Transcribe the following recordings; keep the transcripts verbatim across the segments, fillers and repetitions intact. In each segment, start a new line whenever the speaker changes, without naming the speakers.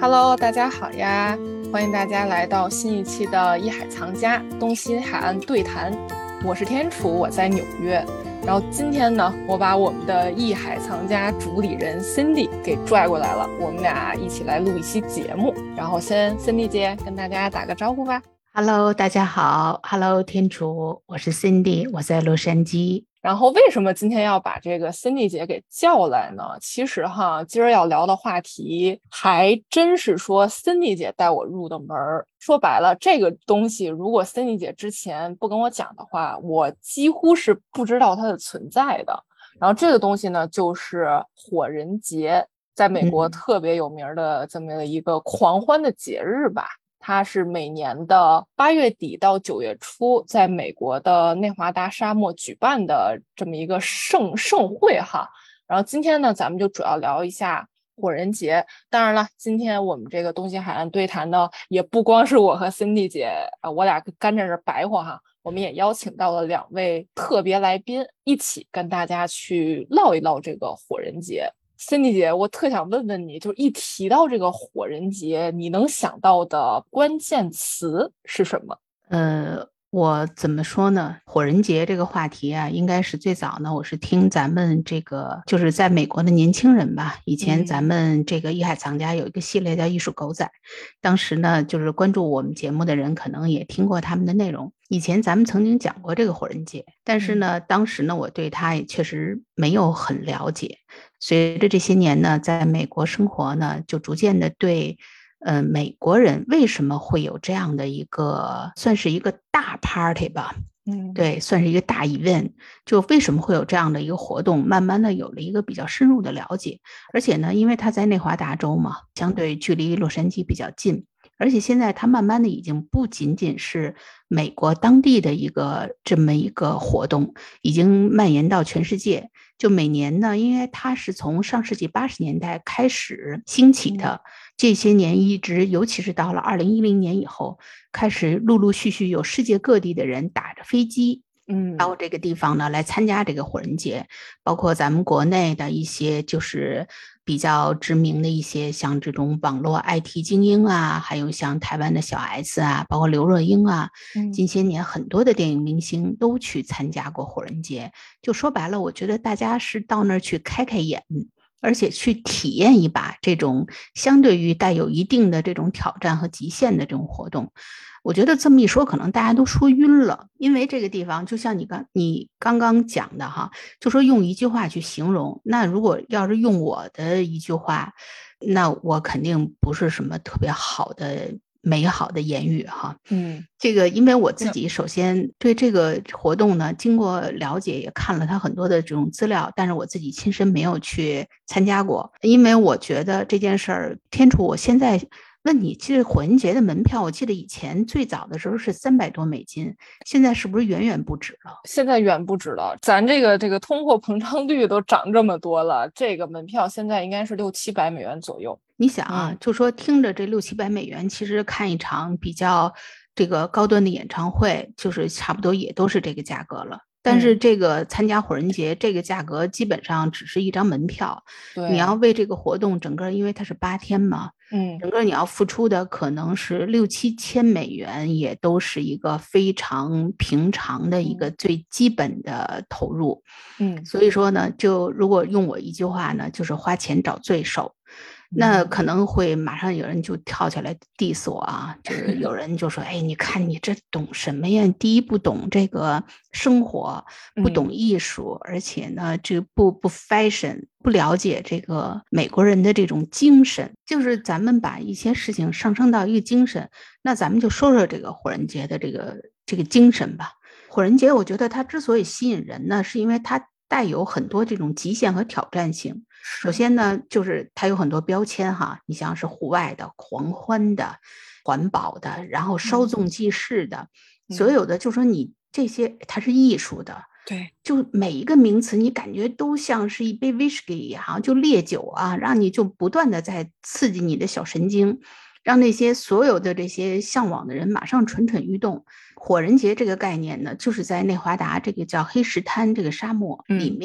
Hello，大家好呀！欢迎大家来到新一期的艺海藏家东西海岸对谈。我是天楚，我在纽约。然后今天呢，我把我们的艺海藏家主理人 Cindy 给拽过来了，我们俩一起来录一期节目。然后先 Cindy 姐跟大家打个招呼吧。
Hello，大家好。Hello，天楚，我是 Cindy，我在洛杉矶。
然后为什么今天要把这个 Cindy 姐给叫来呢？其实哈，今儿要聊的话题还真是说 Cindy 姐带我入的门儿。说白了，这个东西如果 Cindy 姐之前不跟我讲的话，我几乎是不知道它的存在的。然后这个东西呢，就是火人节，在美国特别有名的这么一个狂欢的节日吧。它是每年的八月底到九月初，在美国的内华达沙漠举办的这么一个盛盛会哈。然后今天呢，咱们就主要聊一下火人节。当然了，今天我们这个东西海岸对谈呢，也不光是我和 Cindy 姐啊，我俩干着这白活哈。我们也邀请到了两位特别来宾，一起跟大家去唠一唠这个火人节。Cindy 姐，我特想问问你，就是一提到这个火人节，你能想到的关键词是什么？
呃，我怎么说呢？火人节这个话题啊，应该是最早呢，我是听咱们这个就是在美国的年轻人吧。以前咱们这个艺海藏家有一个系列叫艺术狗仔，当时呢，就是关注我们节目的人可能也听过他们的内容。以前咱们曾经讲过这个火人节，但是呢，当时呢，我对他也确实没有很了解。随着这些年呢，在美国生活呢，就逐渐的对呃，美国人为什么会有这样的一个算是一个大 party 吧，
嗯，
对，算是一个大 event， 就为什么会有这样的一个活动，慢慢的有了一个比较深入的了解。而且呢，因为它在内华达州嘛，相对距离洛杉矶比较近，而且现在它慢慢的已经不仅仅是美国当地的一个这么一个活动，已经蔓延到全世界。就每年呢，因为它是从上世纪八十年代开始兴起的，这些年一直，尤其是到了二零一零年以后，开始陆陆续续有世界各地的人打着飞机
嗯，
到这个地方呢来参加这个火人节，包括咱们国内的一些就是比较知名的一些像这种网络 I T 精英啊，还有像台湾的小 S 啊，包括刘若英啊，近些年很多的电影明星都去参加过火人节。就说白了，我觉得大家是到那儿去开开眼，而且去体验一把这种相对于带有一定的这种挑战和极限的这种活动。我觉得这么一说，可能大家都说晕了，因为这个地方就像你刚你刚刚讲的哈，就说用一句话去形容，那如果要是用我的一句话，那我肯定不是什么特别好的美好的言语哈。
嗯，
这个因为我自己首先对这个活动呢，经过了解也看了他很多的这种资料，但是我自己亲身没有去参加过，因为我觉得这件事儿，天楚，我现在问你，其实火人节的门票，我记得以前最早的时候是三百多美金，现在是不是远远不止了？
现在远不止了，咱这个这个通货膨胀率都涨这么多了，这个门票现在应该是六七百美元左右。
你想啊，嗯、就说听着这六七百美元，其实看一场比较这个高端的演唱会，就是差不多也都是这个价格了。但是这个参加火人节，这个价格基本上只是一张门票，你要为这个活动整个，因为它是八天嘛，
嗯，
整个你要付出的可能是六七千美元，也都是一个非常平常的一个最基本的投入。
嗯，
所以说呢，就如果用我一句话呢，就是花钱找罪受。那可能会马上有人就跳起来 diss 我啊，就是有人就说，哎，你看你这懂什么呀？第一不懂这个生活，不懂艺术，嗯、而且呢，这不不 fashion， 不了解这个美国人的这种精神。就是咱们把一些事情上升到一个精神，那咱们就说说这个火人节的这个这个精神吧。火人节，我觉得它之所以吸引人呢，是因为它带有很多这种极限和挑战性。首先呢，就是它有很多标签哈，你像是户外的、狂欢的、环保的，然后稍纵即逝的，嗯、所有的就说你这些它是艺术的，
对，
就每一个名词你感觉都像是一杯 whisky 一样，就烈酒啊，让你就不断的在刺激你的小神经，让那些所有的这些向往的人马上蠢蠢欲动。火人节这个概念呢，就是在内华达这个叫黑石滩这个沙漠里面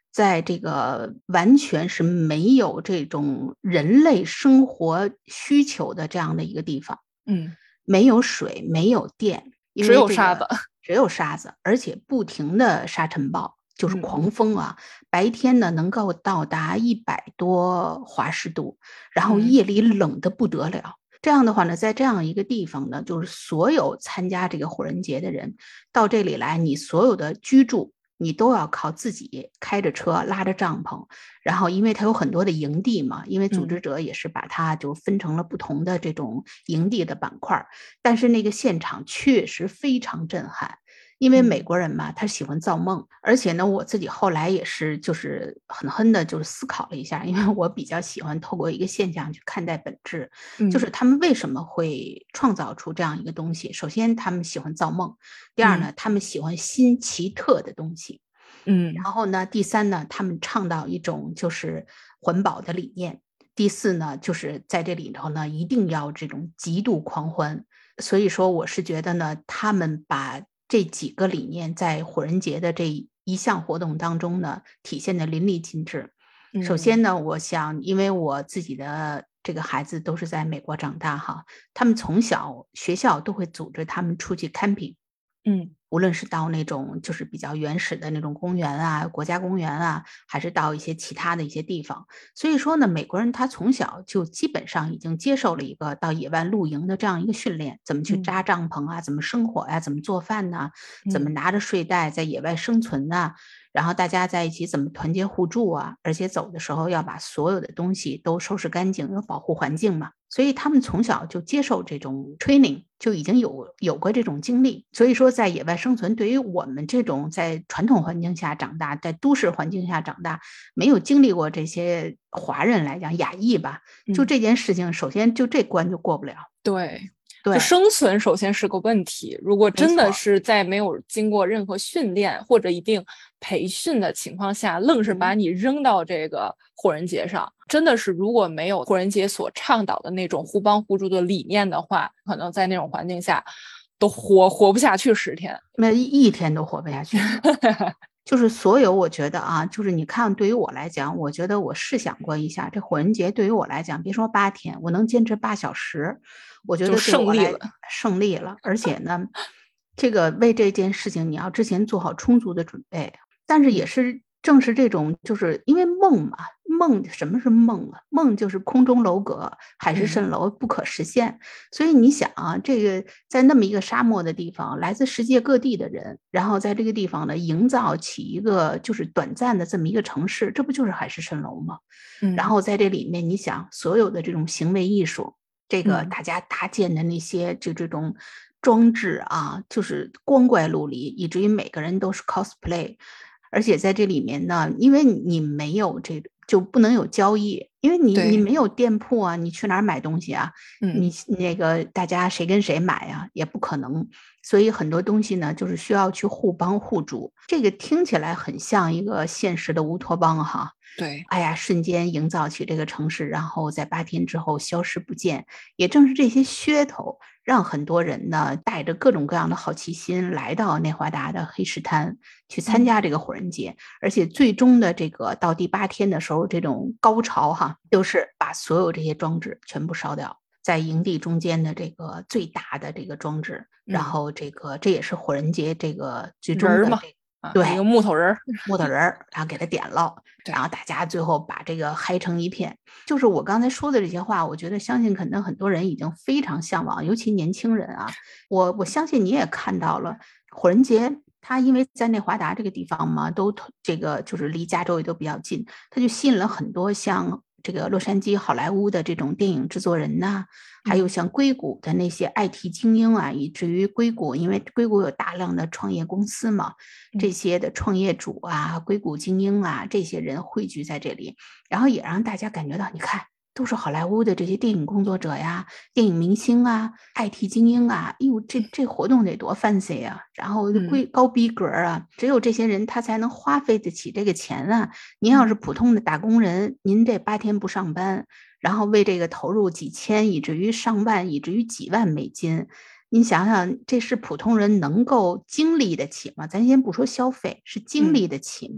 在这个完全是没有这种人类生活需求的这样的一个地方，
嗯，
没有水，没有电，因
只
为这个
有沙子，
只有沙子，而且不停的沙尘暴，就是
嗯
狂风啊，白天呢能够到达一百多华氏度，然后
嗯
夜里冷得不得了。这样的话呢，在这样一个地方呢，就是所有参加这个火人节的人到这里来，你所有的居住你都要靠自己开着车拉着帐篷，然后因为它有很多的营地嘛，因为组织
嗯
者也是把它就分成了不同的这种营地的板块，但是那个现场确实非常震撼。因为美
嗯
国人嘛，他喜欢造梦，而且呢，我自己后来也是就是狠狠的，就是思考了一下，因为我比较喜欢透过一个现象去看待本质，就
嗯
是他们为什么会创造出这样一个东西。首先，他们喜欢造梦；第二
嗯
呢，他们喜欢新奇特的东西；
嗯
然后呢，第三呢，他们倡导一种就是环保的理念；第四呢，就是在这里头呢，一定要这种极度狂欢。所以说，我是觉得呢，他们把这几个理念在火人节的这一项活动当中呢，体现的淋漓尽致。首先
嗯
呢，我想，因为我自己的这个孩子都是在美国长大哈，他们从小学校都会组织他们出去 camping。
嗯
无论是到那种就是比较原始的那种公园啊、国家公园啊，还是到一些其他的一些地方。所以说呢，美国人他从小就基本上已经接受了一个到野外露营的这样一个训练，怎么去
嗯
扎帐篷啊，怎么生火呀、啊，怎么做饭呢、啊，怎么
嗯
拿着睡袋在野外生存啊，然后大家在一起怎么团结互助啊，而且走的时候要把所有的东西都收拾干净，要保护环境嘛。所以他们从小就接受这种 training， 就已经有有过这种经历。所以说，在野外生存，对于我们这种在传统环境下长大，在都市环境下长大，没有经历过这些华人来讲，亚裔吧，就
嗯，
这件事情，首先就这关就过不了。
对。就
对，
生存首先是个问题，如果真的
没错。
是在没有经过任何训练或者一定培训的情况下，愣是把
嗯，
你扔到这个火人节上，真的是如果没有火人节所倡导的那种互帮互助的理念的话，可能在那种环境下都活活不下去十天。
那一天都活不下去。就是所有我觉得啊，就是你看对于我来讲，我觉得我试想过一下，这火人节对于我来讲，别说八天，我能坚持八小时，我觉
就
得对我来
胜利了。
胜利了。而且呢，这个为这件事情你要之前做好充足的准备。但是也
嗯
是正是这种，就是因为梦嘛，梦什么是梦啊？梦就是空中楼阁，海市
嗯
蜃楼，不可实现。所以你想啊，这个在那么一个沙漠的地方，来自世界各地的人，然后在这个地方呢，营造起一个就是短暂的这么一个城市，这不就是海市蜃楼吗？然
嗯
后在这里面，你想所有的这种行为艺术，这个
嗯
大家搭建的那些就这种装置啊，就是光怪陆离，以至于每个人都是 cosplay。而且在这里面呢，因为你没有这就不能有交易，因为你你
对。
没有店铺啊，你去哪儿买东西啊？
嗯
你那个大家谁跟谁买呀、啊，也不可能。所以很多东西呢，就是需要去互帮互助。这个听起来很像一个现实的乌托邦哈。
对。
哎呀，瞬间营造起这个城市，然后在八天之后消失不见。也正是这些噱头，让很多人呢带着各种各样的好奇心来到内华达的黑石滩去参加这个火人节，而且最终的这个到第八天的时候，这种高潮哈，就是把所有这些装置全部烧掉，在营地中间的这个最大的这个装置，然后这个这也是火人节这个最终的这
啊，
对
一个木头人儿，
木头人儿，然后给它点了，然后大家最后把这个嗨成一片。就是我刚才说的这些话，我觉得相信可能很多人已经非常向往，尤其年轻人啊。我我相信你也看到了，火人节它因为在内华达这个地方嘛，都这个就是离加州也都比较近，它就吸引了很多像这个洛杉矶好莱坞的这种电影制作人呐、啊，还有像硅谷的那些 I T 精英啊，以至于硅谷，因为硅谷有大量的创业公司嘛，这些的创业主啊、硅谷精英啊，这些人汇聚在这里，然后也让大家感觉到，你看。都是好莱坞的这些电影工作者呀、电影明星啊、I T 精英啊，哎呦，这这活动得多 fancy 啊！然后贵高逼格啊，只有这些人他才能花费得起这个钱啊。您要是普通的打工人，您这八天不上班，然后为这个投入几千，以至于上万，以至于几万美金，您想想，这是普通人能够经历得起吗？咱先不说消费，是经历得起吗？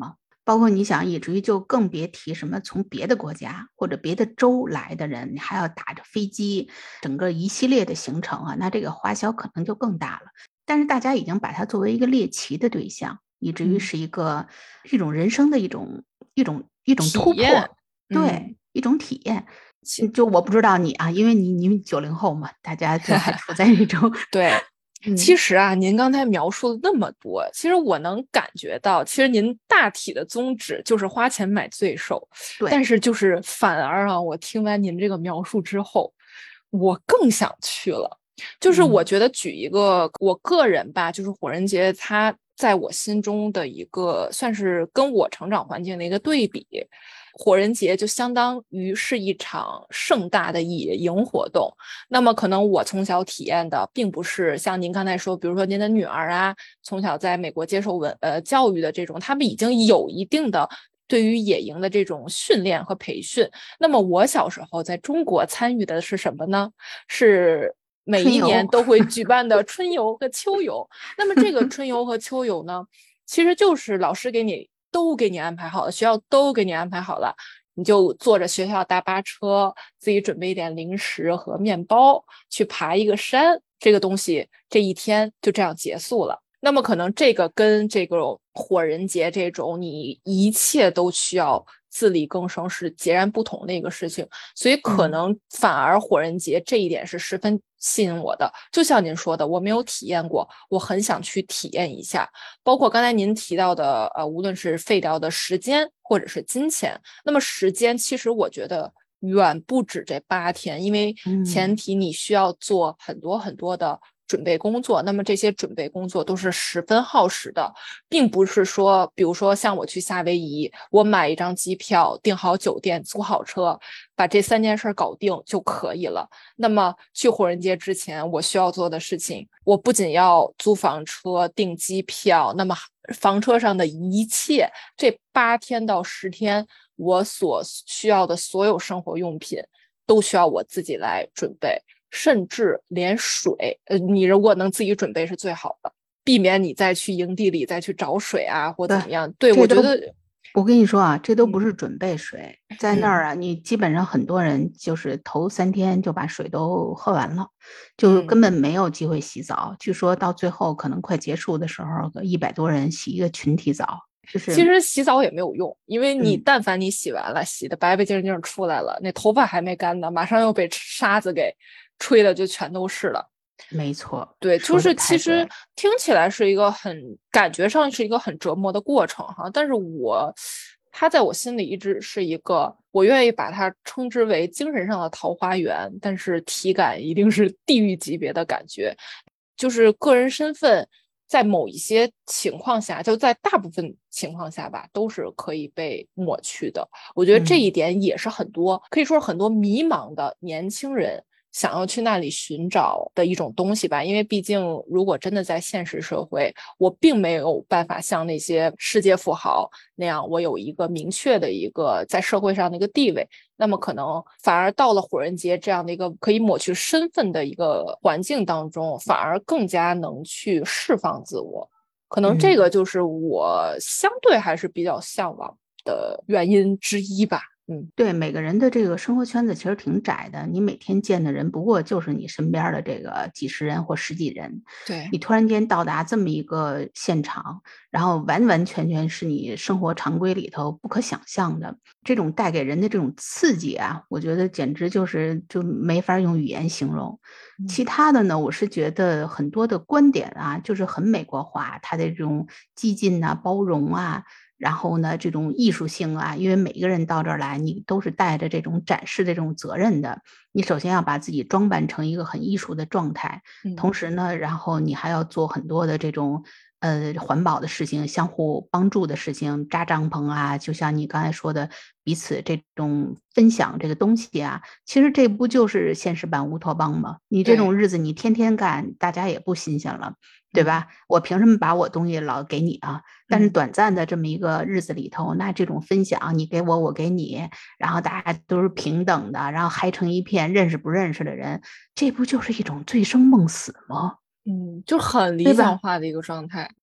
包括你想，以至于就更别提什么从别的国家或者别的州来的人，你还要打着飞机，整个一系列的行程啊，那这个花销可能就更大了。但是大家已经把它作为一个猎奇的对象，以至于
嗯
是一个一种人生的一种一种一种突
体验，
破，对，
嗯，
一种体验。
其
就我不知道你啊，因为你你九零后嘛，大家就还处在那种
对。其
嗯，
实啊，您刚才描述了那么多，其实我能感觉到，其实您大体的宗旨就是花钱买罪受，但
对，
是就是反而啊，我听完您这个描述之后，我更想去了。就是我
嗯
觉得举一个我个人吧，就是火人节，它在我心中的一个算是跟我成长环境的一个对比。火人节就相当于是一场盛大的野营活动，那么可能我从小体验的并不是像您刚才说，比如说您的女儿啊，从小在美国接受文呃教育的这种，他们已经有一定的对于野营的这种训练和培训。那么我小时候在中国参与的是什么呢？是每一年
春游，
都会举办的春游和秋游。那么这个春游和秋游呢，其实就是老师给你都给你安排好了，学校都给你安排好了，你就坐着学校大巴车，自己准备一点零食和面包，去爬一个山，这个东西这一天就这样结束了。那么可能这个跟这个火人节这种你一切都需要自力更生是截然不同的一个事情，所以可
嗯
能反而火人节这一点是十分吸引我的。就像您说的，我没有体验过，我很想去体验一下。包括刚才您提到的，呃，无论是废掉的时间或者是金钱，那么时间其实我觉得远不止这八天，因为前
嗯
提你需要做很多很多的准备工作，那么这些准备工作都是十分耗时的，并不是说，比如说像我去夏威夷，我买一张机票，订好酒店，租好车，把这三件事搞定就可以了。那么去火人节之前，我需要做的事情，我不仅要租房车、订机票，那么房车上的一切，这八天到十天，我所需要的所有生活用品，都需要我自己来准备。甚至连水，呃，你如果能自己准备是最好的，避免你再去营地里再去找水啊，或怎
对，
么样。对，
这都
我觉得，
我跟你说啊，这都不
嗯
是准备水，在那
嗯
儿啊，你基本上很多人就是头三天就把水都喝完了，就根
嗯，
本没有机会洗澡。据说到最后可能快结束的时候，一百多人洗一个群体澡，就是
其实洗澡也没有用，因为你
嗯，
但凡你洗完了，洗的白白净净出来了，那头发还没干呢，马上又被沙子给吹的就全都是了。
没错，
对，就
说的
是其实
太对，
听起来是一个很感觉上是一个很折磨的过程哈，但是我他在我心里一直是一个，我愿意把它称之为精神上的桃花源，但是体感一定是地狱级别的感觉，就是个人身份在某一些情况下，就在大部分情况下吧，都是可以被抹去的。我觉得这一
嗯。
点也是很多可以说是很多迷茫的年轻人想要去那里寻找的一种东西吧，因为毕竟如果真的在现实社会，我并没有办法像那些世界富豪那样，我有一个明确的一个在社会上的一个地位，那么可能反而到了火人节这样的一个可以抹去身份的一个环境当中，反而更加能去释放自我。可能这个
嗯。
就是我相对还是比较向往的原因之一吧。嗯，
对，每个人的这个生活圈子其实挺窄的，你每天见的人不过就是你身边儿的这个几十人或十几人，
对，
你突然间到达这么一个现场，然后完完全全是你生活常规里头不可想象的，这种带给人的这种刺激啊，我觉得简直就是就没法用语言形容。
嗯
其他的呢，我是觉得很多的观点啊，就是很美国化，它的这种激进啊、包容啊，然后呢，这种艺术性啊，因为每一个人到这儿来，你都是带着这种展示的这种责任的。你首先要把自己装扮成一个很艺术的状态，
嗯，
同时呢，然后你还要做很多的这种呃环保的事情、相互帮助的事情，扎帐篷啊，就像你刚才说的，彼此这种分享这个东西啊，其实这不就是现实版乌托邦吗？你这种
对，
日子你天天干，大家也不新鲜了。对
嗯
吧？我凭什么把我东西老给你啊？但是
嗯。
短暂的这么一个日子里头，那这种分享，你给我，我给你，然后大家都是平等的，然后嗨成一片，认识不认识的人，这不就是一种醉生梦死吗？
嗯，就很理
对吧？
想化的一个状态。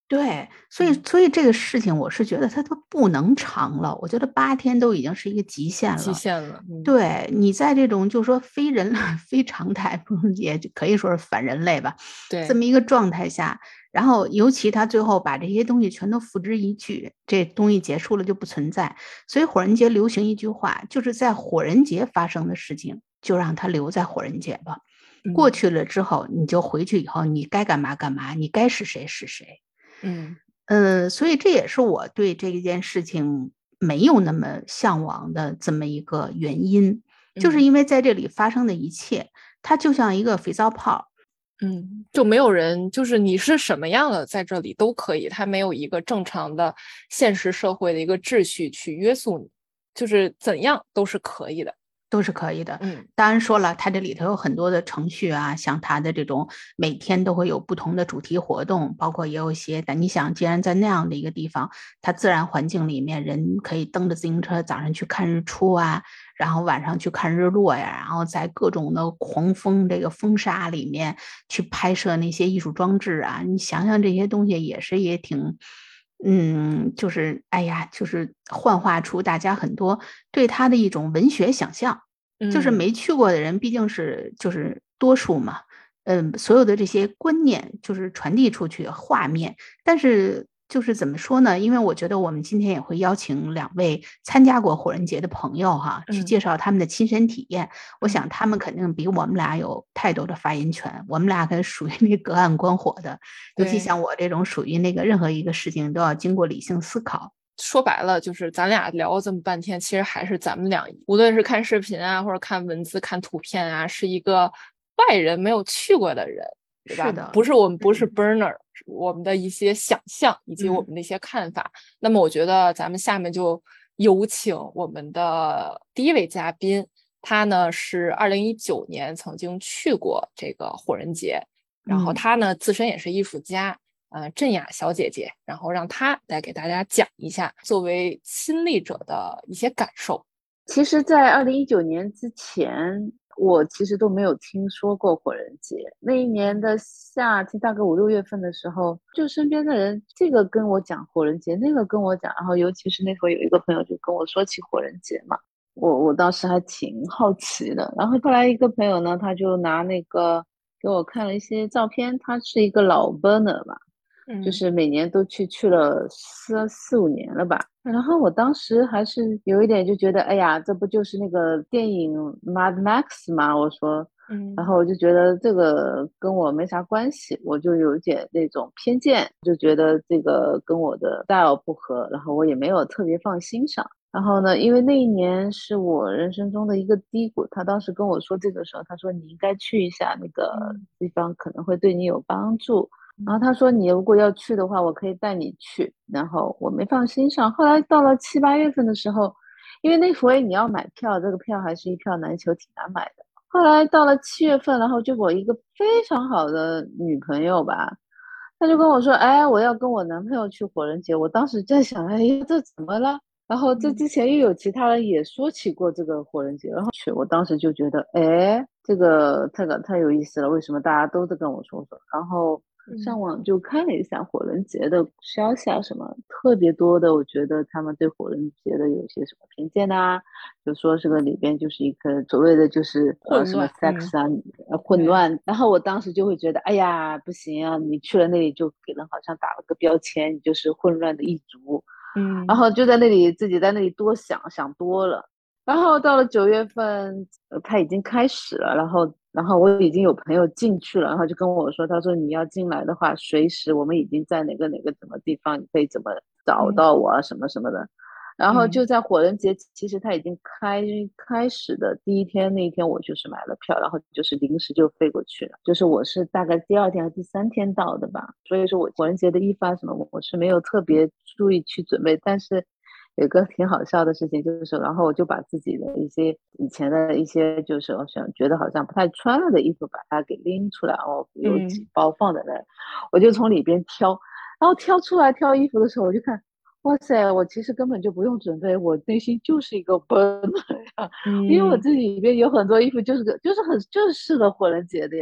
对，所以
嗯，
所以这个事情我是觉得它都不能长了，我觉得八天都已经是一个极限了。
极限了，嗯，
对，你在这种就是说非人非常态，不也可以说是反人类吧，这
对，
么一个状态下，然后尤其他最后把这些东西全都付之一炬，这东西结束了就不存在。所以火人节流行一句话，就是在火人节发生的事情，就让它留在火人节吧。过
嗯
去了之后，你就回去以后，你该干嘛干嘛，你该是谁是谁。
嗯
呃，所以这也是我对这件事情没有那么向往的这么一个原因，就是
嗯
因为在这里发生的一切，它就像一个肥皂泡。
嗯，就没有人，就是你是什么样的，在这里都可以，它没有一个正常的现实社会的一个秩序去约束你，就是怎样都是可以的。
都是可以的。
嗯，
当然说了，它这里头有很多的程序啊，像它的这种每天都会有不同的主题活动，包括也有一些。但你想，既然在那样的一个地方，它自然环境里面，人可以蹬着自行车早上去看日出啊，然后晚上去看日落呀，然后在各种的狂风这个风沙里面去拍摄那些艺术装置啊，你想想这些东西也是也挺。嗯，就是哎呀，就是幻化出大家很多对他的一种文学想象，就是
嗯，
没去过的人毕竟是就是多数嘛，嗯，所有的这些观念就是传递出去画面，但是就是怎么说呢？因为我觉得我们今天也会邀请两位参加过火人节的朋友哈，去
嗯
介绍他们的亲身体验。我
嗯，
想他们肯定比我们俩有太多的发言权，我们俩可属于那个隔岸观火的，尤其
对。
像我这种属于那个任何一个事情都要经过理性思考。
说白了，就是咱俩聊了这么半天，其实还是咱们俩，无论是看视频啊，或者看文字、看图片啊，是一个外人没有去过的人，对吧？
是的。
不是我们不是
嗯
burner，我们的一些想象以及我
嗯
们的一些看法。那么，我觉得咱们下面就有请我们的第一位嘉宾，他呢是二零一九年曾经去过这个火人节，然后
嗯。
他呢自身也是艺术家。呃，郑雅小姐姐，然后让她来给大家讲一下作为亲历者的一些感受。
其实，在二零一九年之前，我其实都没有听说过火人节。那一年的夏天，大概五六月份的时候，就身边的人这个跟我讲火人节，那个跟我讲，然后尤其是那会有一个朋友就跟我说起火人节嘛，我我当时还挺好奇的。然后后来一个朋友呢，他就拿那个给我看了一些照片，他是一个老 burner 嘛。就
嗯
是每年都去去了四四五年了吧。然后我当时还是有一点就觉得，哎呀，这不就是那个电影《Mad Max》吗？我说，然
嗯
后我就觉得这个跟我没啥关系，我就有一点那种偏见，就觉得这个跟我的 style 不合，然后我也没有特别放心上。然后呢，因为那一年是我人生中的一个低谷，他当时跟我说这个时候，他说你应该去一下那个
嗯
地方，可能会对你有帮助。然后
嗯
他说你如果要去的话，我可以带你去。然后我没放心上。后来到了七八月份的时候，因为那回你要买票，这个票还是一票难求，挺难买的。后来到了七月份，然后就我一个非常好的女朋友吧，她就跟我说：“哎，我要跟我男朋友去火人节。”我当时在想，哎呀，这怎么了？然后这
嗯
之前又有其他人也说起过这个火人节，然后去，我当时就觉得，哎，这个太个太有意思了，为什么大家都在跟我说说？然后上
嗯
网就看了一下火人节的消息啊，什么特别多的，我觉得他们对火人节的有些什么偏见呐、就说这个里边就是一个所谓的就是呃什么
混乱，嗯，
sex 啊，呃混
对，
乱。然后我当时就会觉得，哎呀，不行啊，你去了那里就给人好像打了个标签，你就是混乱的一族。然
嗯
后就在那里自己在那里多想想多了。然后到了九月份，呃他已经开始了，然后然后我已经有朋友进去了，然后就跟我说，他说你要进来的话，随时我们已经在哪个哪个什么地方，你可以怎么找
嗯
到我啊，什么什么的。然后就
嗯
在火人节，其实他已经开开始的第一天那一天，我就是买了票，然后就是临时就飞过去了。就是我是大概第二天还是第三天到的吧，所以说我火人节的衣服啊什么，我是没有特别注意去准备。但是有个挺好笑的事情，就是然后我就把自己的一些以前的一些，就是我想觉得好像不太穿了的衣服，把它给拎出来，然后有几
嗯
包放在那，我就从里边挑，然后挑出来挑衣服的时候，我就看。哇塞，我其实根本就不用准备，我内心就是一个崩了呀，因为我
嗯
自己里边有很多衣服就是个就是很就是适合火人节的呀。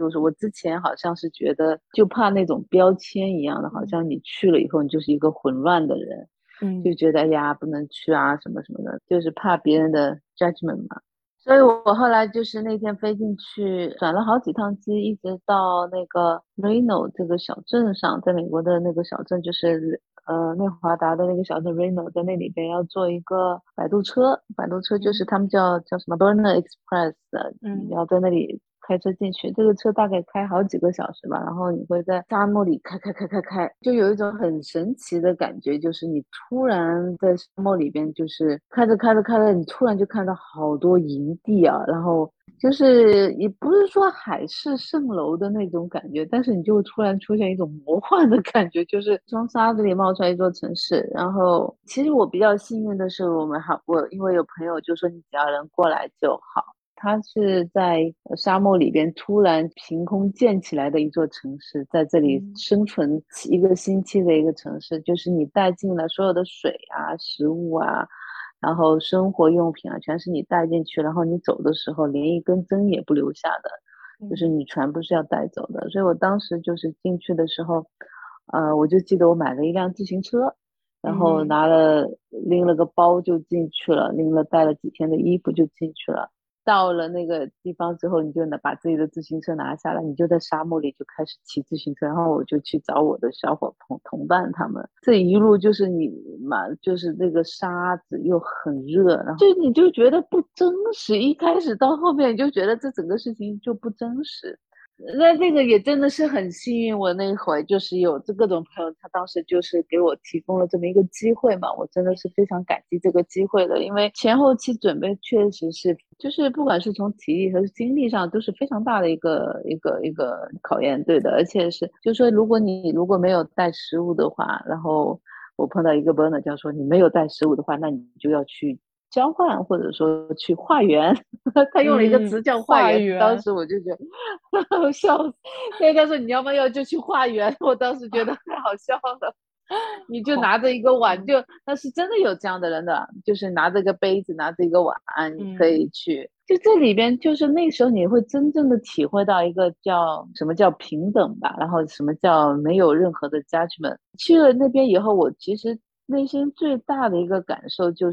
就是我之前好像是觉得就怕那种标签一样的，好像你去了以后你就是一个混乱的人，
嗯
就觉得哎呀不能去啊什么什么的，就是怕别人的 judgment 嘛。所以我后来就是那天飞进去，转了好几趟机，一直到那个 Reno 这个小镇上，在美国的那个小镇，就是呃内华达的那个小镇 Reno，在那里边要坐一个摆渡车，摆渡车就是他们叫叫什么 Burner Express 的，你
嗯
要在那里开车进去，这个车大概开好几个小时吧，然后你会在沙漠里开开开开开，就有一种很神奇的感觉，就是你突然在沙漠里边，就是开着开着开着，你突然就看到好多营地啊，然后就是也不是说海市蜃楼的那种感觉，但是你就会突然出现一种魔幻的感觉，就是从沙子里冒出来一座城市。然后其实我比较幸运的是，我们还我因为有朋友就说你只要能过来就好。它是在沙漠里边突然凭空建起来的一座城市，在这里生存一个星期的一个城市，就是你带进了所有的水啊、食物啊，然后生活用品啊，全是你带进去，然后你走的时候连一根针也不留下的，就是你全部是要带走的。所以我当时就是进去的时候，呃，我就记得我买了一辆自行车，然后拿了拎了个包就进去了，拎了带了几天的衣服就进去了。到了那个地方之后，你就能把自己的自行车拿下来，你就在沙漠里就开始骑自行车，然后我就去找我的小伙同同伴他们。这一路就是你嘛，就是那个沙子又很热，然后就你就觉得不真实，一开始到后面你就觉得这整个事情就不真实。那这个也真的是很幸运，我那会就是有这各种朋友，他当时就是给我提供了这么一个机会嘛，我真的是非常感激这个机会的，因为前后期准备确实是，就是不管是从体力和精力上都是非常大的一个一个一个考验，对的，而且是就是说，如果你如果没有带食物的话，然后我碰到一个 burner 叫说你没有带食物的话，那你就要去交换或者说去化缘，他用了一个词叫化缘，
嗯、
当时我就觉得笑死。对，他说你要不要就去化缘，我当时觉得太好笑了。你就拿着一个碗，就那是真的有这样的人的，就是拿着一个杯子，拿着一个碗，你可以去。就这里边，就是那时候你会真正的体会到一个叫什么叫平等吧，然后什么叫没有任何的 judgment。去了那边以后，我其实内心最大的一个感受就是，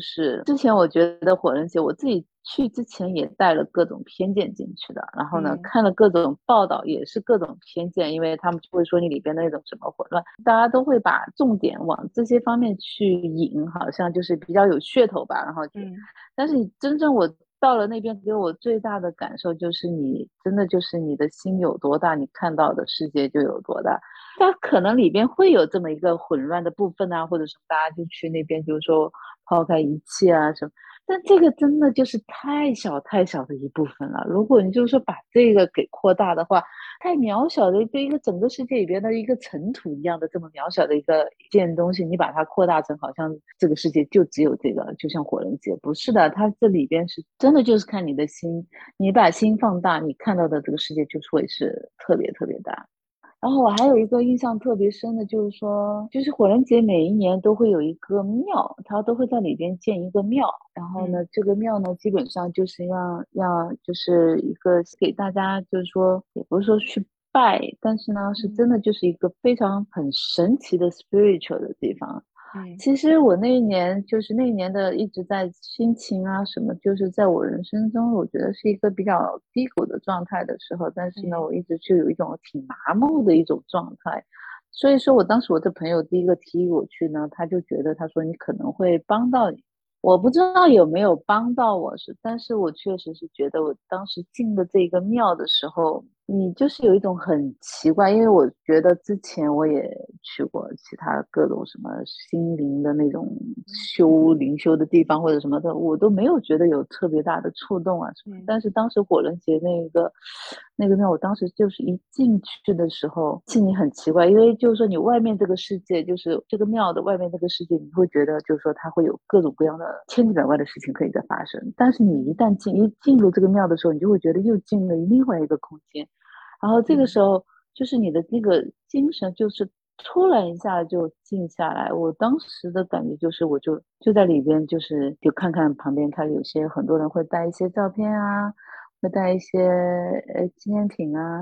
之前我觉得火人节我自己去之前也带了各种偏见进去的，然后呢，
嗯、
看了各种报道也是各种偏见，因为他们就会说你里边的那种什么混乱，大家都会把重点往这些方面去引，好像就是比较有噱头吧，然后就，
嗯、
但是你真正我到了那边，给我最大的感受就是你真的就是你的心有多大，你看到的世界就有多大。它可能里边会有这么一个混乱的部分啊，或者什么，大家就去那边就是说抛开一切啊什么。但这个真的就是太小太小的一部分了。如果你就是说把这个给扩大的话，太渺小的一个一个整个世界里边的一个尘土一样的这么渺小的一个一件东西，你把它扩大成好像这个世界就只有这个，就像火人节，不是的，它这里边是真的就是看你的心，你把心放大，你看到的这个世界就会是特别特别大。然后我还有一个印象特别深的，就是说，就是火人节每一年都会有一个庙，它都会在里边建一个庙。然后呢，这个庙呢，基本上就是要要就是一个给大家，就是说，也不是说去拜，但是呢，是真的就是一个非常很神奇的 spiritual 的地方。
嗯，
其实我那一年就是那一年的一直在心情啊什么，就是在我人生中，我觉得是一个比较低谷的状态的时候，但是呢，我一直就有一种挺麻木的一种状态。所以说我当时我的朋友第一个提议我去呢，他就觉得他说你可能会帮到你。我不知道有没有帮到我是，但是我确实是觉得我当时进了这个庙的时候，你就是有一种很奇怪，因为我觉得之前我也去过其他各种什么心灵的那种修灵修的地方或者什么的，我都没有觉得有特别大的触动啊什么。但是当时火人节那个那个庙，我当时就是一进去的时候，心里很奇怪，因为就是说你外面这个世界，就是这个庙的外面这个世界，你会觉得就是说它会有各种各样的千奇百怪的事情可以在发生，但是你一旦进一进入这个庙的时候，你就会觉得又进了另外一个空间。然后这个时候就是你的那个精神就是突然一下就静下来，我当时的感觉就是我就就在里边，就是就看看旁边，看有些很多人会带一些照片啊，会带一些呃纪念品啊，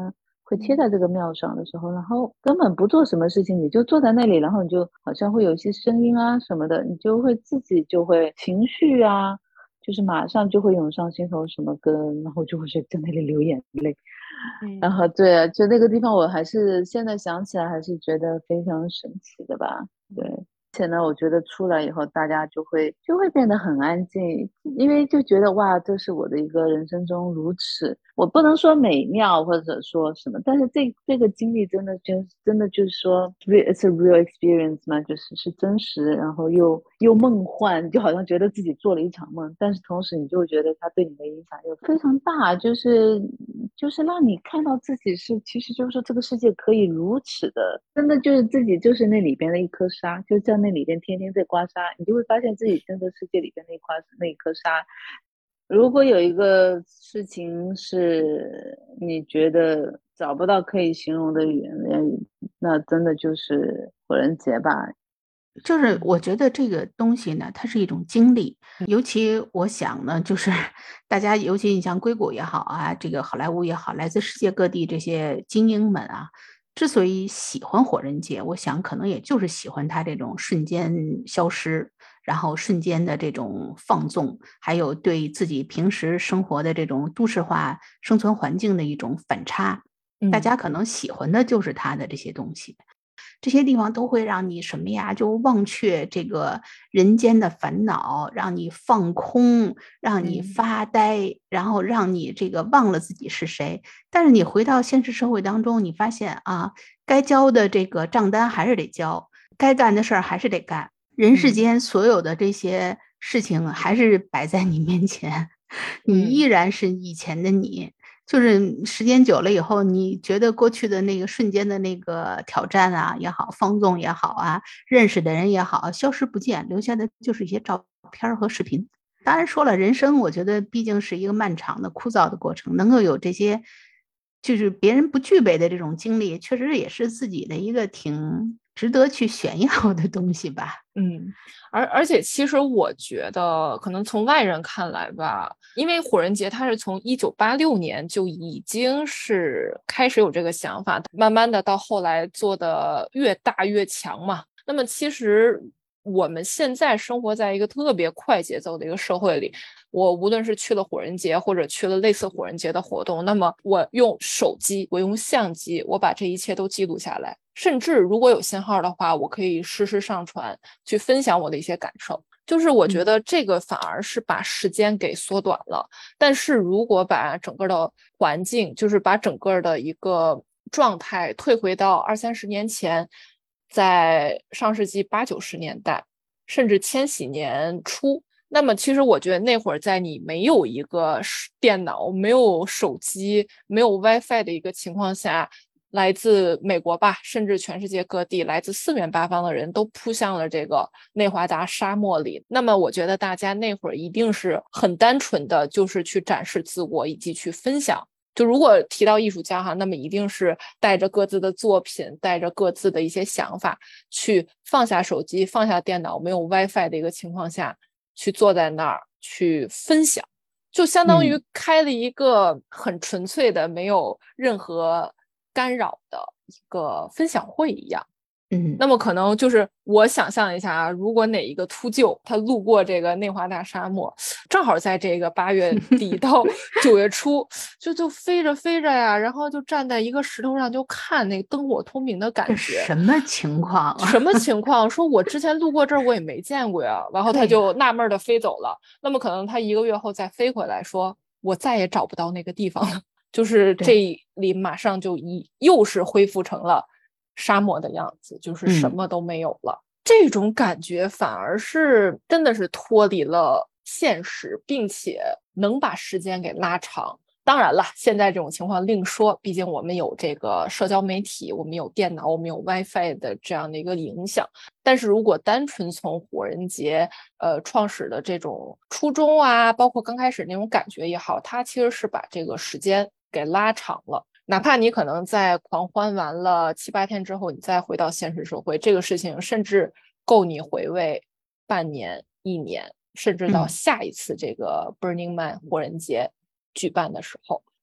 会贴在这个庙上的时候，然后根本不做什么事情，你就坐在那里，然后你就好像会有一些声音啊什么的，你就会自己就会情绪啊，就是马上就会涌上心头什么歌，然后就会在那里流眼泪。
嗯，
然后对啊，就那个地方我还是现在想起来还是觉得非常神奇的吧。对，而且呢我觉得出来以后大家就会就会变得很安静，因为就觉得哇，这是我的一个人生中如此，我不能说美妙或者说什么，但是这这个经历真的就真的就是说 it's a real experience 嘛，就是是真实，然后又又梦幻，就好像觉得自己做了一场梦，但是同时你就会觉得它对你的影响又非常大，就是就是让你看到自己是其实就是说这个世界可以如此的，真的就是自己就是那里边的一颗沙，就在那里边天天在刮痧，你就会发现自己真的世界里边那一块那一颗沙。如果有一个事情是你觉得找不到可以形容的语言，那真的就是火人节吧。
就是我觉得这个东西呢，它是一种经历，尤其我想呢，就是大家，尤其你像硅谷也好啊，这个好莱坞也好，来自世界各地这些精英们啊，之所以喜欢火人节，我想可能也就是喜欢它这种瞬间消失，然后瞬间的这种放纵，还有对自己平时生活的这种都市化生存环境的一种反差。大家可能喜欢的就是它的这些东西。这些地方都会让你什么呀？就忘却这个人间的烦恼，让你放空，让你发呆，嗯、然后让你这个忘了自己是谁。但是你回到现实社会当中，你发现啊，该交的这个账单还是得交，该干的事儿还是得干。人世间所有的这些事情还是摆在你面前，你依然是以前的你。就是时间久了以后，你觉得过去的那个瞬间的那个挑战啊也好，放纵也好啊，认识的人也好，消失不见，留下的就是一些照片和视频。当然说了，人生我觉得毕竟是一个漫长的枯燥的过程，能够有这些就是别人不具备的这种经历，确实也是自己的一个挺值得去炫耀的东西吧。
嗯，而而且其实我觉得，可能从外人看来吧，因为火人节它是从一九八六年就已经是开始有这个想法，慢慢的到后来做的越大越强嘛。那么其实我们现在生活在一个特别快节奏的一个社会里，我无论是去了火人节或者去了类似火人节的活动，那么我用手机，我用相机，我把这一切都记录下来。甚至如果有信号的话，我可以实时上传去分享我的一些感受。就是我觉得这个反而是把时间给缩短了，嗯、但是如果把整个的环境，就是把整个的一个状态退回到二三十年前，在上世纪八九十年代，甚至千禧年初，那么其实我觉得那会儿在你没有一个电脑、没有手机、没有 WiFi 的一个情况下，来自美国吧，甚至全世界各地，来自四面八方的人都扑向了这个内华达沙漠里。那么我觉得大家那会儿一定是很单纯的，就是去展示自我以及去分享。就如果提到艺术家哈，那么一定是带着各自的作品，带着各自的一些想法，去放下手机，放下电脑，没有 WiFi 的一个情况下，去坐在那儿去分享，就相当于开了一个很纯粹的、没有任何干扰的一个分享会一样。
嗯，
那么可能就是我想象一下啊，如果哪一个秃鹫他路过这个内华达沙漠，正好在这个八月底到九月初，就就飞着飞着呀，然后就站在一个石头上就看那个灯火通明的感觉。
什么情况啊？
什么情况？说我之前路过这儿我也没见过呀，然后他就纳闷的飞走了。那么可能他一个月后再飞回来说，我再也找不到那个地方了，就是这里马上就一又是恢复成了沙漠的样子，就是什么都没有了。嗯、这种感觉反而是真的是脱离了现实，并且能把时间给拉长。当然了，现在这种情况另说，毕竟我们有这个社交媒体，我们有电脑，我们有 WiFi 的这样的一个影响。但是如果单纯从火人节呃创始的这种初衷啊，包括刚开始那种感觉也好，它其实是把这个时间给拉长了。哪怕你可能在狂欢完了七八天之后，你再回到现实社会，这个事情甚至够你回味半年、一年，甚至到下一次这个 Burning Man 火人节举办的时候。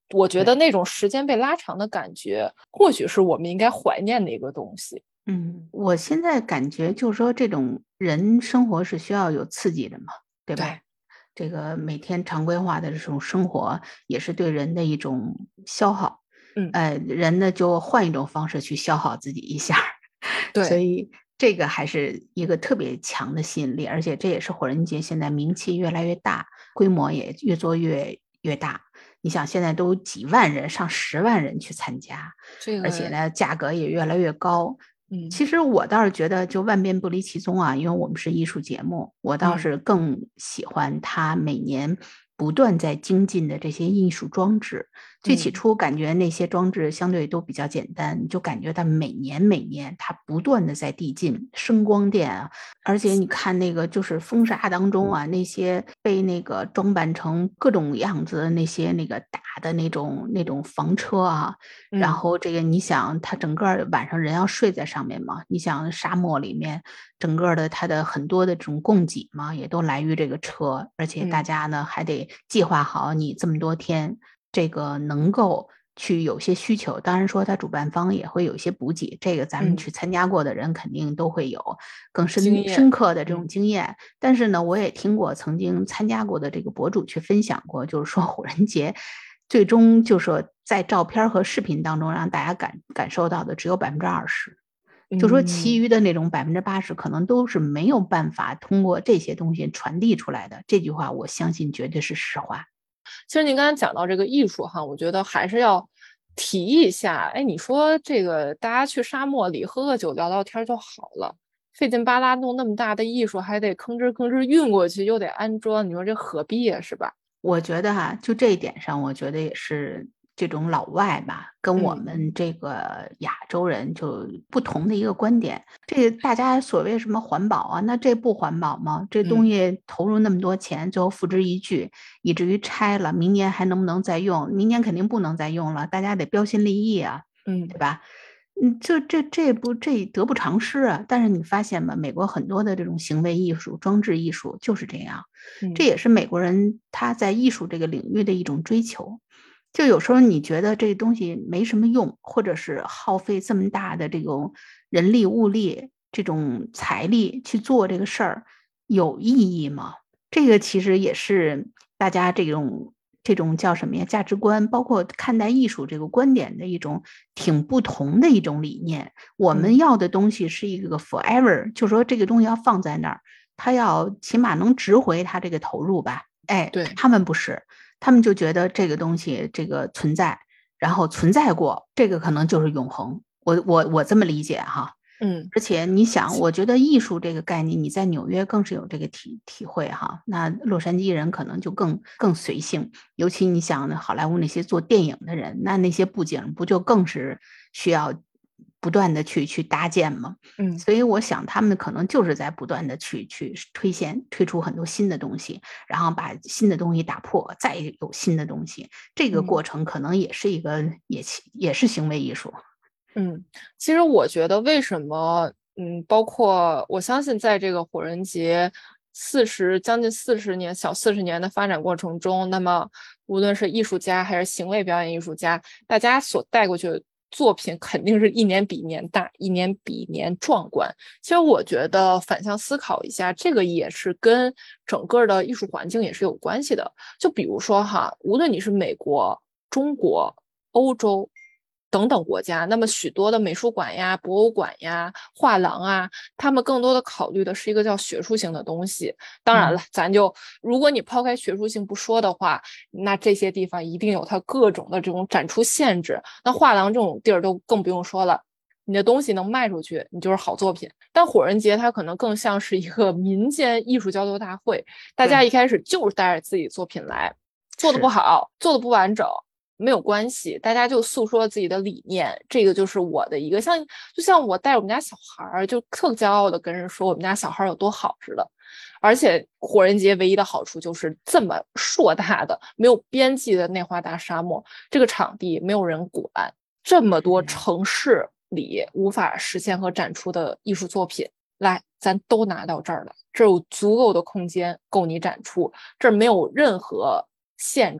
我觉得那种时间被拉长的感觉，或许是我们应该怀念的一个东西。
嗯，我现在感觉就是说，这种人生活是需要有刺激的嘛，对吧？
对，
这个每天常规化的这种生活，也是对人的一种消耗。
嗯，
呃，人呢就换一种方式去消耗自己一下，所
对，
以这个还是一个特别强的吸引力，而且这也是火人节现在名气越来越大，规模也越做越越大。你想现在都几万人，上十万人去参加，
这个
而且呢价格也越来越高。
嗯，
其实我倒是觉得就万变不离其宗啊，因为我们是艺术节目，我倒
嗯
是更喜欢它每年不断在精进的这些艺术装置。最起
嗯
初感觉那些装置相对都比较简单，你就感觉它每年每年它不断的在递进，声光电啊，而且你看那个就是风沙当中啊，那些被那个装扮成各种样子的那些那个大的那种那种房车啊，然
嗯
后这个你想它整个晚上人要睡在上面嘛，你想沙漠里面整个的它的很多的这种供给嘛，也都来于这个车，而且大
嗯
家呢还得计划好你这么多天这个能够去有些需求，当然说他主办方也会有一些补给，这个咱们
嗯，
去参加过的人肯定都会有更深
经验，
深刻的这种
嗯
经验。但是呢，我也听过曾经参加过的这个博主去分享过，就是说火人节最终就说在照片和视频当中让大家感感受到的只有百分之二十。就说其
嗯。
余的那种百分之八十可能都是没有办法通过这些东西传递出来的。这句话我相信绝对是实话。
其实您刚才讲到这个艺术哈，我觉得还是要提一下。哎，你说这个大家去沙漠里喝个酒聊聊天就好了，费劲巴拉弄那么大的艺术，还得吭哧吭哧运过去，又得安装，你说这何必呀，是吧？
我觉得哈，就这一点上，我觉得也是这种老外吧，跟我
嗯
们这个亚洲人就不同的一个观点。这大家所谓什么环保啊，那这不环保吗？这东
嗯
西投入那么多钱，最后付之一炬，以至于拆了，明年还能不能再用？明年肯定不能再用了，大家得标新立异啊，
嗯
对吧？嗯，这这这不这得不偿失啊！但是你发现吗？美国很多的这种行为艺术、装置艺术就是这样，这
嗯
也是美国人他在艺术这个领域的一种追求。就有时候你觉得这东西没什么用，或者是耗费这么大的这种人力物力、这种财力去做这个事儿，有意义吗？这个其实也是大家这种这种叫什么呀？价值观，包括看待艺术这个观点的一种挺不同的一种理念。我们
嗯
要的东西是一个 forever，就说这个东西要放在那儿，它要起码能值回它这个投入吧。哎，
对，
他们不是，他们就觉得这个东西这个存在，然后存在过，这个可能就是永恒。我我我这么理解哈。
嗯
而且你想，我觉得艺术这个概念，你在纽约更是有这个体体会哈。那洛杉矶人可能就更更随性，尤其你想好莱坞那些做电影的人，那那些布景不就更是需要不断的去去搭建吗？
嗯
所以我想他们可能就是在不断的去去推现推出很多新的东西，然后把新的东西打破，再有新的东西，这个过
嗯
程可能也是一个也也是行为艺术。
嗯，其实我觉得为什么，嗯，包括我相信在这个火人节四十将近四十年小四十年的发展过程中，那么无论是艺术家还是行为表演艺术家，大家所带过去的作品肯定是一年比一年大，一年比一年壮观。其实我觉得反向思考一下，这个也是跟整个的艺术环境也是有关系的。就比如说哈，无论你是美国、中国、欧洲等等国家，那么许多的美术馆呀、博物馆呀、画廊啊，他们更多的考虑的是一个叫学术性的东西。当然了，
嗯
咱就如果你抛开学术性不说的话，那这些地方一定有它各种的这种展出限制。那画廊这种地儿都更不用说了。你的东西能卖出去，你就是好作品。但火人节它可能更像是一个民间艺术交流大会，大家一开始就是带着自己作品来，做的不好，做的不完整，没有关系，大家就诉说自己的理念。这个就是我的一个像，就像我带着我们家小孩儿，就特骄傲的跟人说我们家小孩有多好似的。而且火人节唯一的好处就是这么硕大的、没有边际的内华达沙漠，这个场地没有人管，这么多城市里无法实现和展出的艺术作品，来，咱都拿到这儿了，这有足够的空间够你展出，这儿没有任何限制。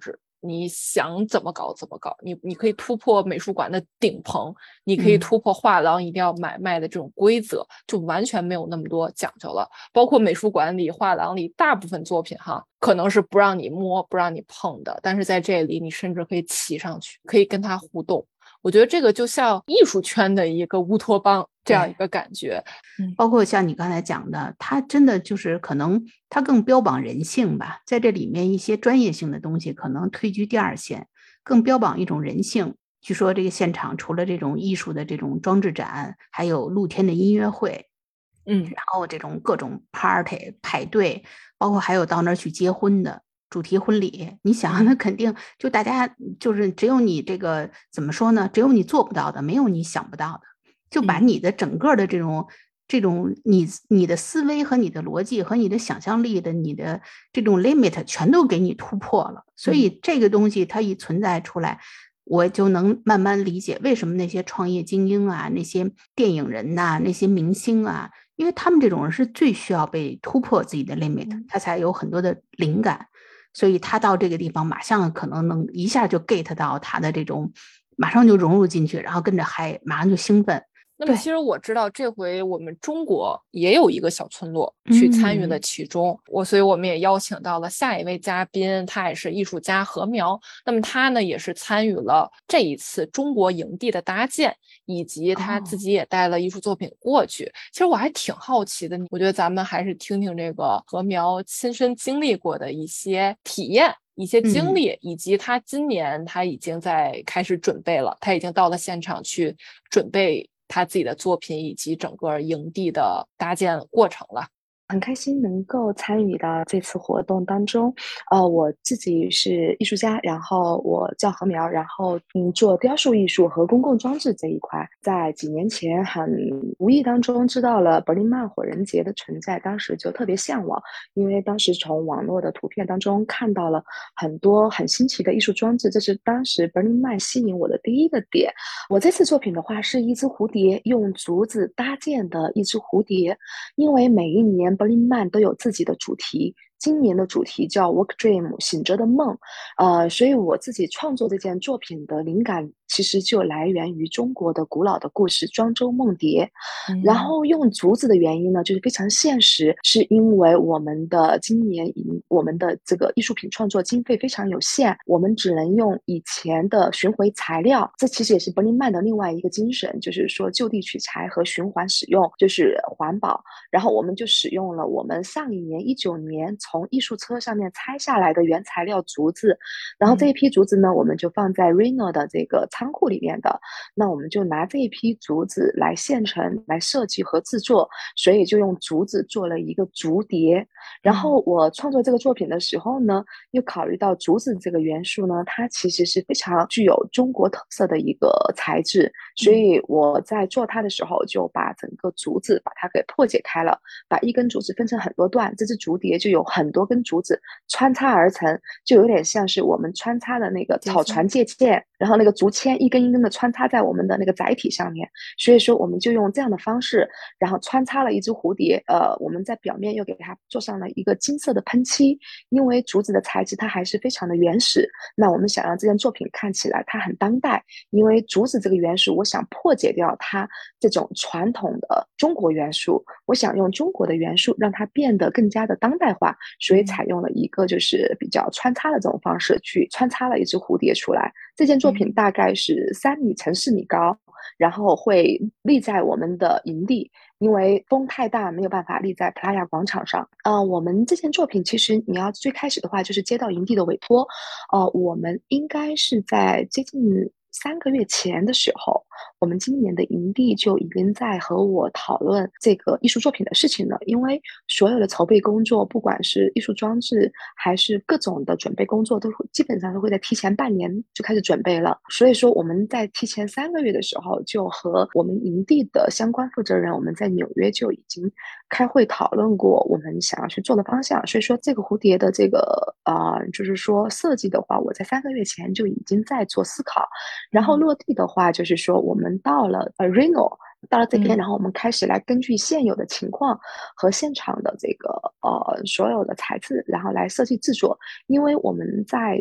你想怎么搞怎么搞，你你可以突破美术馆的顶棚，你可以
嗯
突破画廊一定要买卖的这种规则，就完全没有那么多讲究了。包括美术馆里、画廊里，大部分作品哈，可能是不让你摸、不让你碰的，但是在这里，你甚至可以骑上去，可以跟它互动。我觉得这个就像艺术圈的一个乌托邦这样一个感觉。嗯，
包括像你刚才讲的，它真的就是可能它更标榜人性吧，在这里面一些专业性的东西可能退居第二线，更标榜一种人性。据说这个现场除了这种艺术的这种装置展，还有露天的音乐会，
嗯，
然后这种各种 party 派对，包括还有到那儿去结婚的主题婚礼。你想，那肯定就大家就是只有你这个怎么说呢？只有你做不到的，没有你想不到的，就把你的整个的这种。这种你你的思维和你的逻辑和你的想象力的你的这种 limit 全都给你突破了，所以这个东西它一存在出来，我就能慢慢理解为什么那些创业精英啊，那些电影人呐、啊，那些明星啊，因为他们这种人是最需要被突破自己的 limit， 他才有很多的灵感，所以他到这个地方马上可能能一下就 get 到他的这种，马上就融入进去，然后跟着嗨，马上就兴奋。
那么其实我知道这回我们中国也有一个小村落去参与了其中，嗯、我所以我们也邀请到了下一位嘉宾，他也是艺术家何苗。那么他呢也是参与了这一次中国营地的搭建，以及他自己也带了艺术作品过去。哦、其实我还挺好奇的，我觉得咱们还是听听这个何苗亲身经历过的一些体验。一些经历，嗯、以及他今年他已经在开始准备了，他已经到了现场去准备他自己的作品以及整个营地的搭建过程了。
很开心能够参与到这次活动当中，呃，我自己是艺术家，然后我叫何苗，然后嗯做雕塑艺术和公共装置这一块，在几年前很无意当中知道了 Burning Man 火人节的存在，当时就特别向往，因为当时从网络的图片当中看到了很多很新奇的艺术装置，这是当时 Burning Man 吸引我的第一个点。我这次作品的话是一只蝴蝶，用竹子搭建的一只蝴蝶，因为每一年Burning Man 都有自己的主题，今年的主题叫 Work Dream 醒着的梦，呃，所以我自己创作这件作品的灵感其实就来源于中国的古老的故事庄周梦蝶，嗯、然后用竹子的原因呢，就是非常现实，是因为我们的今年我们的这个艺术品创作经费非常有限，我们只能用以前的巡回材料，这其实也是 Burning Man 的另外一个精神，就是说就地取材和循环使用，就是环保。然后我们就使用了我们上一年一九年从艺术车上面拆下来的原材料竹子，然后这一批竹子呢，我们就放在 Reno 的这个仓库里面的，那我们就拿这一批竹子来现成来设计和制作，所以就用竹子做了一个竹蝶。然后我创作这个作品的时候呢，又考虑到竹子这个元素呢，它其实是非常具有中国特色的一个材质，所以我在做它的时候就把整个竹子把它给破解开了，把一根竹子分成很多段，这只竹蝶就有很多根竹子穿插而成，就有点像是我们穿插的那个草船借箭，然后那个竹签一根一根的穿插在我们的那个载体上面，所以说我们就用这样的方式，然后穿插了一只蝴蝶，呃，我们在表面又给它做上了一个金色的喷漆，因为竹子的材质它还是非常的原始，那我们想让这件作品看起来它很当代，因为竹子这个元素我想破解掉它这种传统的中国元素，我想用中国的元素让它变得更加的当代化，所以采用了一个就是比较穿插的这种方式去穿插了一只蝴蝶出来。这件作品大概是三米乘四米高，然后会立在我们的营地，因为风太大没有办法立在普拉雅广场上。呃，我们这件作品其实你要最开始的话就是接到营地的委托，呃，我们应该是在接近三个月前的时候，我们今年的营地就已经在和我讨论这个艺术作品的事情了。因为所有的筹备工作，不管是艺术装置还是各种的准备工作，都基本上都会在提前半年就开始准备了。所以说我们在提前三个月的时候，就和我们营地的相关负责人，我们在纽约就已经开会讨论过我们想要去做的方向。所以说这个蝴蝶的这个呃，就是说设计的话，我在三个月前就已经在做思考。然后落地的话，就是说我们到了呃 Reno， 到了这边，然后我们开始来根据现有的情况和现场的这个呃所有的材质，然后来设计制作。因为我们在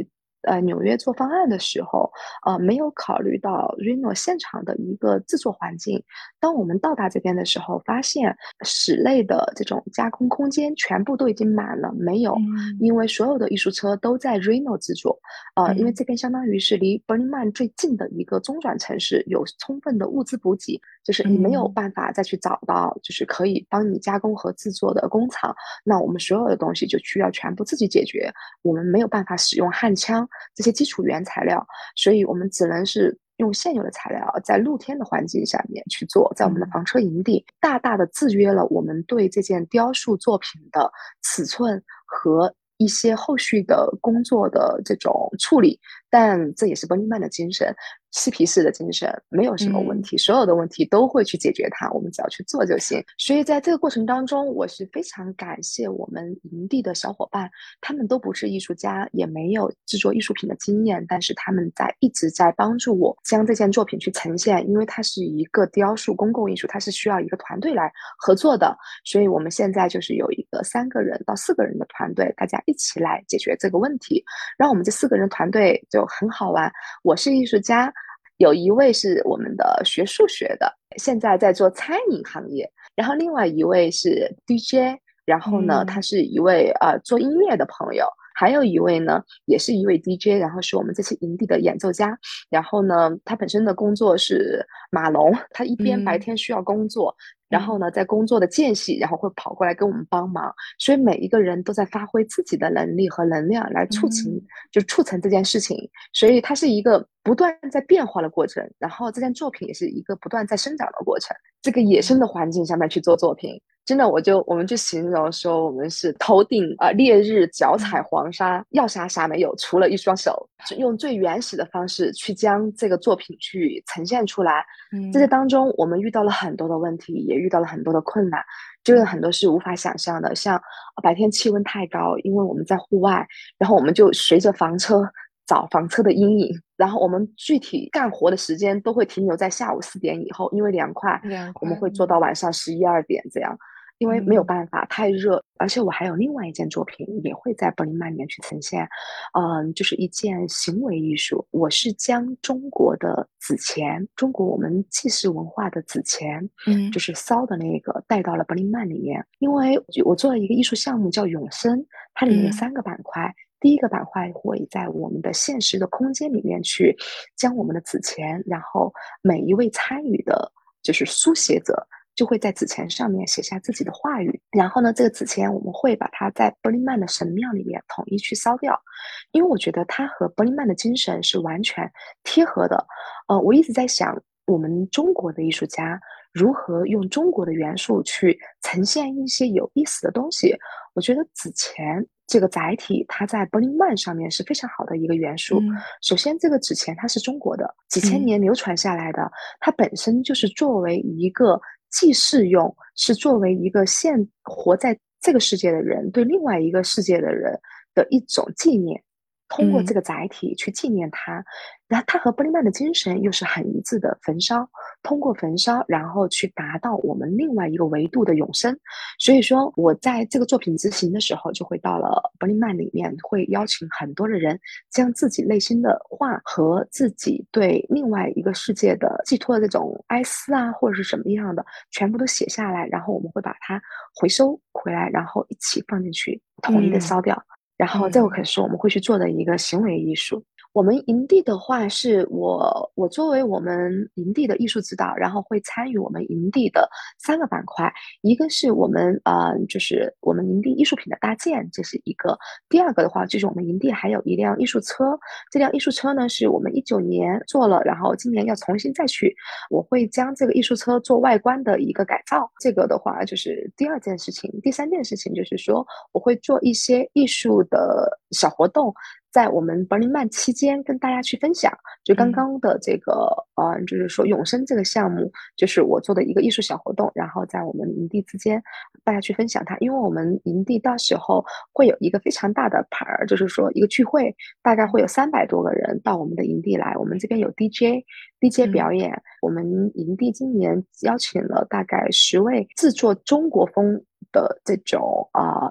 呃纽约做方案的时候，呃没有考虑到 Reno 现场的一个制作环境。当我们到达这边的时候，发现室内的这种加工空间全部都已经满了，没有，
嗯
因为所有的艺术车都在 Reno 制作。呃，因为
嗯
这边相当于是离 Burning Man 最近的一个中转城市，有充分的物资补给，就是你没有
嗯
办法再去找到就是可以帮你加工和制作的工厂，那我们所有的东西就需要全部自己解决。我们没有办法使用焊枪这些基础原材料，所以我们只能是用现有的材料，在露天的环境下面去做，在我们的
嗯
房车营地，大大的制约了我们对这件雕塑作品的尺寸和一些后续的工作的这种处理。但这也是 Burning Man 的精神，嬉皮士的精神，没有什么问
嗯
题，所有的问题都会去解决它，我们只要去做就行。所以在这个过程当中，我是非常感谢我们营地的小伙伴，他们都不是艺术家，也没有制作艺术品的经验，但是他们在一直在帮助我将这件作品去呈现，因为它是一个雕塑公共艺术，它是需要一个团队来合作的，所以我们现在就是有一个三个人到四个人的团队，大家一起来解决这个问题。然后我们这四个人团队就很好玩，我是艺术家，有一位是我们的学数学的，现在在做餐饮行业，然后另外一位是 D J， 然后呢，他
嗯
是一位呃做音乐的朋友，还有一位呢，也是一位 D J， 然后是我们这次营地的演奏家。然后呢，他本身的工作是码农，他一边白
嗯
天需要工作，然后
嗯
呢，在工作的间隙，然后会跑过来跟我们帮忙。所以每一个人都在发挥自己的能力和能量来促成，
嗯
就促成这件事情。所以它是一个不断在变化的过程，然后这件作品也是一个不断在生长的过程。这个野生的环境下面去做作品，真的，我就我们就形容说，我们是头顶啊、呃、烈日，脚踩黄沙，要啥啥没有，除了一双手，用最原始的方式去将这个作品去呈现出来。在这
嗯
当中，我们遇到了很多的问题，也遇到了很多的困难，就是很多是无法想象的。像白天气温太高，因为我们在户外，然后我们就随着房车找房车的阴影，然后我们具体干活的时间都会停留在下午四点以后，因为凉快，
凉快
我们会做到晚上十一二点这样。因为没有
嗯
办法，太热，而且我还有另外一件作品也会在 Burning Man 里面去呈现，嗯，就是一件行为艺术。我是将中国的纸钱，中国我们祭祀文化的纸钱，
嗯
就是烧的那个带到了 Burning Man 里面，因为我做了一个艺术项目叫永生，它里面有
嗯
三个板块。第一个板块会在我们的现实的空间里面去将我们的纸钱，然后每一位参与的就是书写者就会在纸钱上面写下自己的话语，然后呢，这个纸钱我们会把它在 Burning Man 的神庙里面统一去烧掉，因为我觉得它和 Burning Man 的精神是完全贴合的。呃，我一直在想，我们中国的艺术家如何用中国的元素去呈现一些有意思的东西。我觉得纸钱这个载体，它在 Burning Man 上面是非常好的一个元素。
嗯
首先，这个纸钱它是中国的，几千
嗯
年流传下来的，它本身就是作为一个祭祀用，是作为一个现活在这个世界的人对另外一个世界的人的一种纪念。通过这个载体去纪念它，然后它和 Burning Man 的精神又是很一致的，焚烧，通过焚烧，然后去达到我们另外一个维度的永生。所以说，我在这个作品执行的时候，就会到了 Burning Man 里面，会邀请很多的人，将自己内心的话和自己对另外一个世界的寄托的这种哀思啊，或者是什么样的，全部都写下来，然后我们会把它回收回来，然后一起放进去，统一的烧掉。然后这个可是我们会去做的一个行为艺术。我们营地的话，是我我作为我们营地的艺术指导，然后会参与我们营地的三个板块，一个是我们呃，就是我们营地艺术品的搭建，这是一个；第二个的话，就是我们营地还有一辆艺术车，这辆艺术车呢是我们一九年做了，然后今年要重新再去，我会将这个艺术车做外观的一个改造。这个的话就是第二件事情，第三件事情就是说，我会做一些艺术的小活动。在我们 Burning Man 期间跟大家去分享，就刚刚的这个、嗯、呃，就是说永生这个项目，就是我做的一个艺术小活动，然后在我们营地之间大家去分享它，因为我们营地到时候会有一个非常大的牌儿，就是说一个聚会，大概会有三百多个人到我们的营地来，我们这边有 D J D J 表演，嗯、我们营地今年邀请了大概十位制作中国风的这种啊。呃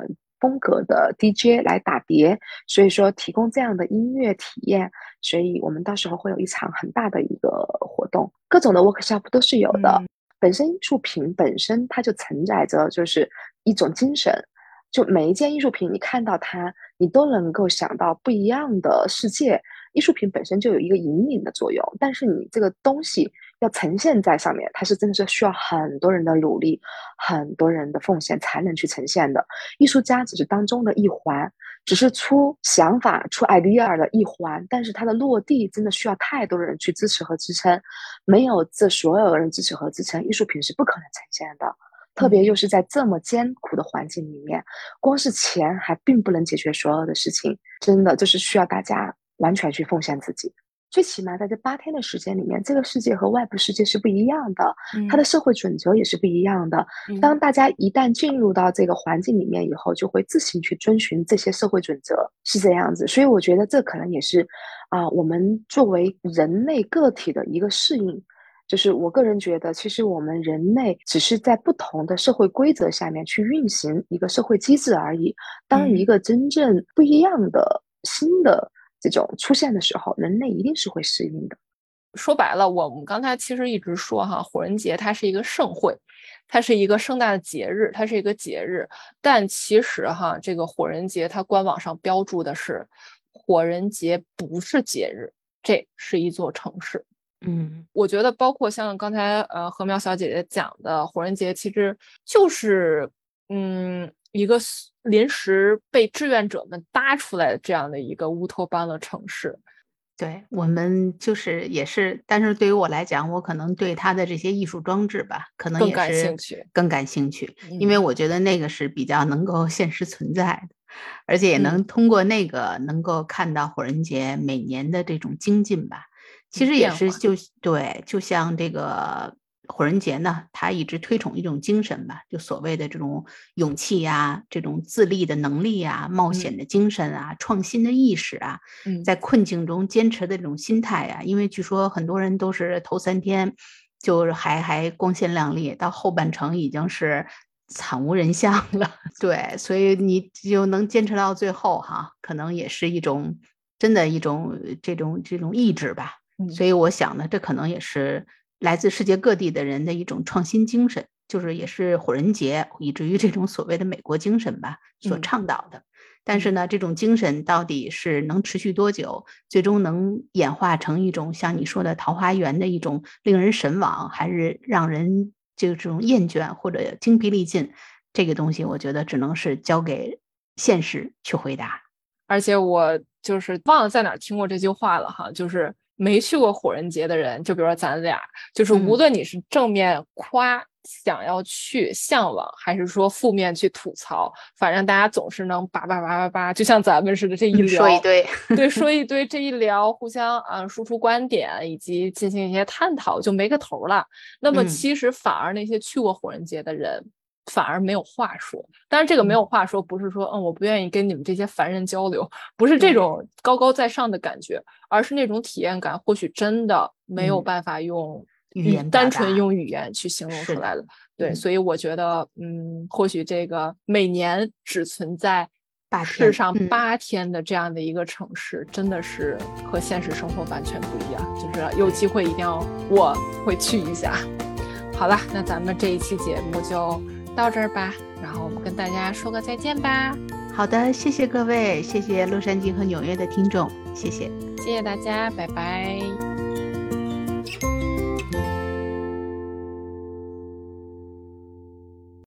风格的 D J 来打碟，所以说提供这样的音乐体验，所以我们到时候会有一场很大的一个活动，各种的 workshop 都是有的。
嗯
本身艺术品本身它就承载着就是一种精神，就每一件艺术品你看到它，你都能够想到不一样的世界。艺术品本身就有一个引领的作用，但是你这个东西要呈现在上面，它是真的是需要很多人的努力，很多人的奉献才能去呈现的。艺术家只是当中的一环，只是出想法出 idea 的一环，但是它的落地真的需要太多人去支持和支撑，没有这所有人支持和支撑，艺术品是不可能呈现的。特别又是在这么艰苦的环境里面，光是钱还并不能解决所有的事情，真的就是需要大家完全去奉献自己。最起码在这八天的时间里面，这个世界和外部世界是不一样的，它的社会准则也是不一样的。当大家一旦进入到这个环境里面以后，就会自行去遵循这些社会准则，是这样子。所以我觉得这可能也是啊、呃，我们作为人类个体的一个适应。就是我个人觉得，其实我们人类只是在不同的社会规则下面去运行一个社会机制而已。当一个真正不一样的新的这种出现的时候，人类一定是会适应的。
说白了，我们刚才其实一直说哈，火人节它是一个盛会，它是一个盛大的节日，它是一个节日。但其实哈，这个火人节它官网上标注的是，火人节不是节日，这是一座城市。
嗯，
我觉得包括像刚才呃何苗小姐姐讲的，火人节其实就是嗯一个临时被志愿者们搭出来的这样的一个乌托邦的城市。
对，我们就是也是，但是对于我来讲，我可能对它的这些艺术装置吧，可能也是
更感兴趣，
更感兴趣，
嗯、
因为我觉得那个是比较能够现实存在的，而且也能通过那个能够看到火人节每年的这种精进吧。其实也是就对，就像这个火人节呢，它一直推崇一种精神吧，就所谓的这种勇气呀、这种自立的能力呀、冒险的精神啊、嗯、创新的意识啊，在困境中坚持的这种心态啊。因为据说很多人都是头三天就还还光鲜亮丽，到后半程已经是惨无人相了。对，所以你就能坚持到最后哈，可能也是一种真的一种这种这种意志吧。所以我想呢，这可能也是来自世界各地的人的一种创新精神，就是也是火人节以至于这种所谓的美国精神吧所倡导的。但是呢，这种精神到底是能持续多久，最终能演化成一种像你说的桃花源的一种令人神往，还是让人这种厌倦或者精疲力尽，这个东西我觉得只能是交给现实去回答。
而且我就是忘了在哪儿听过这句话了哈，就是没去过火人节的人，就比如说咱俩，就是无论你是正面夸、嗯、想要去向往，还是说负面去吐槽，反正大家总是能叭叭叭叭叭，就像咱们似的这一聊、嗯、
说一堆
对，说一堆，这一聊互相啊输出观点以及进行一些探讨，就没个头了。那么其实反而那些去过火人节的人、嗯反而没有话说。当然这个没有话说不是说嗯我不愿意跟你们这些凡人交流，不是这种高高在上的感觉，而是那种体验感或许真的没有办法用
语言
单纯用语言去形容出来的。对、
嗯、
所以我觉得嗯或许这个每年只存在世上八天的这样的一个城市、嗯、真的是和现实生活完全不一样，就是有机会一定要我会去一下。好了，那咱们这一期节目就到这儿吧，然后我们跟大家说个再见吧。
好的，谢谢各位，谢谢洛杉矶和纽约的听众，谢谢，
谢谢大家，拜拜。